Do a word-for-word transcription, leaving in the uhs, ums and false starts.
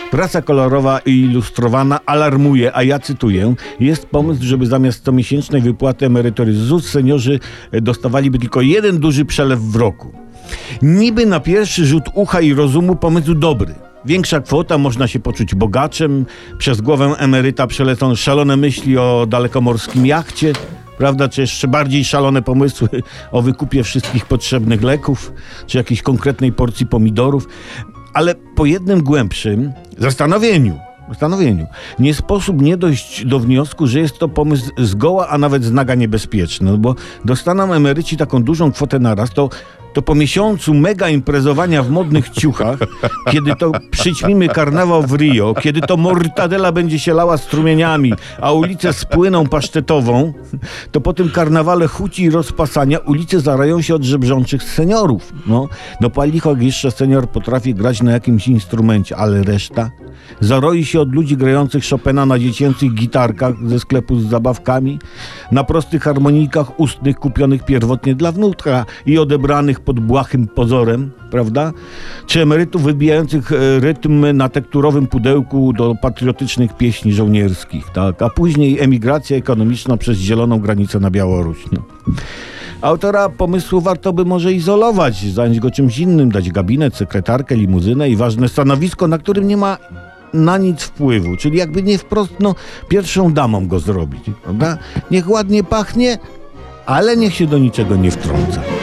Prasa kolorowa i ilustrowana alarmuje, a ja cytuję: jest pomysł, żeby zamiast comiesięcznej wypłaty emerytury z ZUS seniorzy dostawaliby tylko jeden duży przelew w roku. Niby na pierwszy rzut ucha i rozumu pomysł dobry. Większa kwota, można się poczuć bogaczem, przez głowę emeryta przelecą szalone myśli o dalekomorskim jachcie, prawda, czy jeszcze bardziej szalone pomysły o wykupie wszystkich potrzebnych leków, czy jakiejś konkretnej porcji pomidorów. Ale po jednym głębszym zastanowieniu, zastanowieniu nie sposób nie dojść do wniosku, że jest to pomysł zgoła, a nawet z naga niebezpieczny, no bo dostaną emeryci taką dużą kwotę naraz, to to po miesiącu mega imprezowania w modnych ciuchach, kiedy to przyćmimy karnawał w Rio, kiedy to mortadela będzie się lała strumieniami, a ulice spłyną pasztetową, to po tym karnawale chuci i rozpasania ulice zarają się od żebrzących seniorów. No, no palicho jeszcze senior potrafi grać na jakimś instrumencie, ale reszta zaroi się od ludzi grających Chopina na dziecięcych gitarkach ze sklepu z zabawkami, na prostych harmonikach ustnych kupionych pierwotnie dla wnuka i odebranych pod błahym pozorem, prawda? Czy emerytów wybijających rytm na tekturowym pudełku do patriotycznych pieśni żołnierskich, tak? A później emigracja ekonomiczna przez zieloną granicę na Białoruś. No. Autora pomysłu warto by może izolować, zająć go czymś innym, dać gabinet, sekretarkę, limuzynę i ważne stanowisko, na którym nie ma na nic wpływu, czyli jakby nie wprost, no, pierwszą damą go zrobić, prawda? Niech ładnie pachnie, ale niech się do niczego nie wtrąca.